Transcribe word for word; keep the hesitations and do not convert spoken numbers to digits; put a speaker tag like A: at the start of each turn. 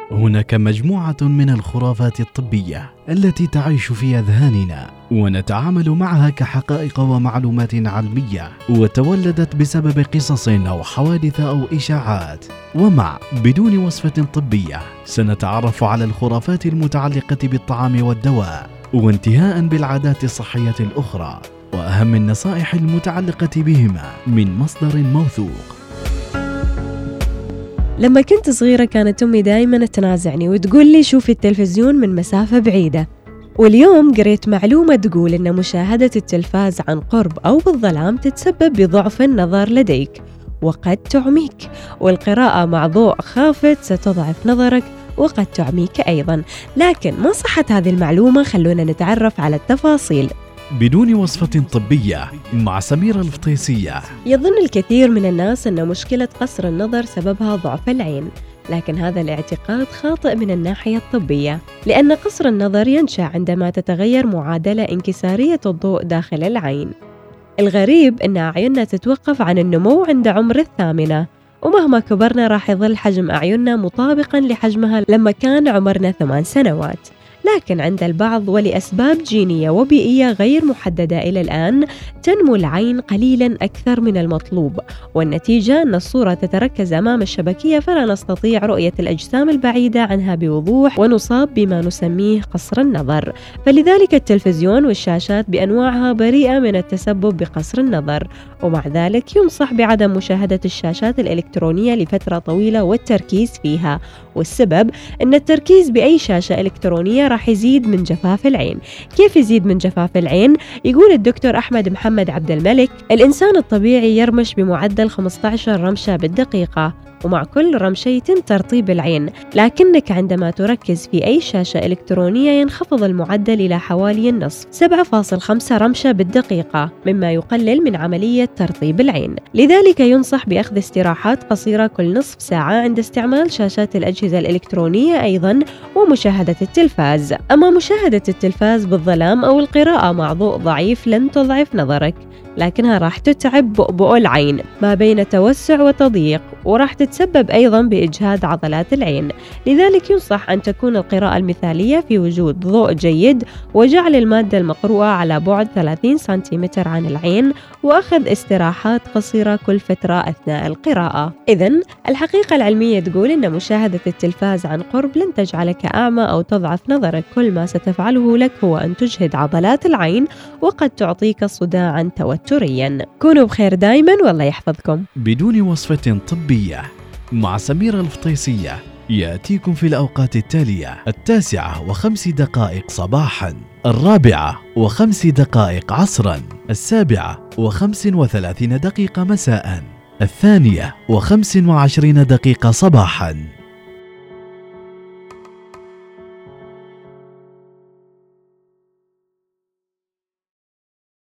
A: هناك مجموعة من الخرافات الطبية التي تعيش في أذهاننا ونتعامل معها كحقائق ومعلومات علمية، وتولدت بسبب قصص أو حوادث أو إشاعات. ومع بدون وصفة طبية سنتعرف على الخرافات المتعلقة بالطعام والدواء، وانتهاء بالعادات الصحية الأخرى وأهم النصائح المتعلقة بهما من مصدر موثوق.
B: لما كنت صغيرة كانت أمي دايماً تنازعني وتقول لي شوفي التلفزيون من مسافة بعيدة. واليوم قريت معلومة تقول إن مشاهدة التلفاز عن قرب أو بالظلام تتسبب بضعف النظر لديك وقد تعميك، والقراءة مع ضوء خافت ستضعف نظرك وقد تعميك أيضاً. لكن ما صحة هذه المعلومة؟ خلونا نتعرف على التفاصيل.
A: بدون وصفة طبية مع سميرة الفطيسية.
B: يظن الكثير من الناس أن مشكلة قصر النظر سببها ضعف العين، لكن هذا الاعتقاد خاطئ من الناحية الطبية، لأن قصر النظر ينشأ عندما تتغير معادلة انكسارية الضوء داخل العين. الغريب أن أعيننا تتوقف عن النمو عند عمر الثامنة، ومهما كبرنا راح يظل حجم أعيننا مطابقاً لحجمها لما كان عمرنا ثمان سنوات. لكن عند البعض ولأسباب جينية وبيئية غير محددة إلى الآن تنمو العين قليلاً أكثر من المطلوب، والنتيجة أن الصورة تتركز أمام الشبكية فلا نستطيع رؤية الأجسام البعيدة عنها بوضوح، ونصاب بما نسميه قصر النظر. فلذلك التلفزيون والشاشات بأنواعها بريئة من التسبب بقصر النظر، ومع ذلك ينصح بعدم مشاهدة الشاشات الإلكترونية لفترة طويلة والتركيز فيها. والسبب أن التركيز بأي شاشة إلكترونية راح يزيد من جفاف العين. كيف يزيد من جفاف العين؟ يقول الدكتور أحمد محمد عبد الملك: الإنسان الطبيعي يرمش بمعدل خمسة عشر رمشة بالدقيقة، ومع كل رمشة يتم ترطيب العين، لكنك عندما تركز في أي شاشة إلكترونية ينخفض المعدل إلى حوالي النصف، سبعة فاصلة خمسة رمشة بالدقيقة، مما يقلل من عملية ترطيب العين. لذلك ينصح بأخذ استراحات قصيرة كل نصف ساعة عند استعمال شاشات الأجهزة الإلكترونية أيضاً، ومشاهدة التلفاز. أما مشاهدة التلفاز بالظلام أو القراءة مع ضوء ضعيف لن تضعف نظرك، لكنها راح تتعب بؤبؤ العين ما بين توسع وتضييق، وراح تتسبب أيضاً بإجهاد عضلات العين. لذلك ينصح أن تكون القراءة المثالية في وجود ضوء جيد، وجعل المادة المقروءة على بعد ثلاثين سنتيمتر عن العين، وأخذ استراحات قصيرة كل فترة أثناء القراءة. إذن الحقيقة العلمية تقول أن مشاهدة التلفاز عن قرب لن تجعلك أعمى أو تضعف نظرك، كل ما ستفعله لك هو أن تجهد عضلات العين، وقد تعطيك صداعاً توترياً. كونوا بخير دايماً والله يحفظكم.
A: بدون وصفة طبية مع سميرة الفطيسية يأتيكم في الأوقات التالية: التاسعة وخمس دقائق صباحاً، الرابعة وخمس دقائق عصراً، السابعة وخمس وثلاثين دقيقة مساءً، الثانية وخمس وعشرين دقيقة صباحاً.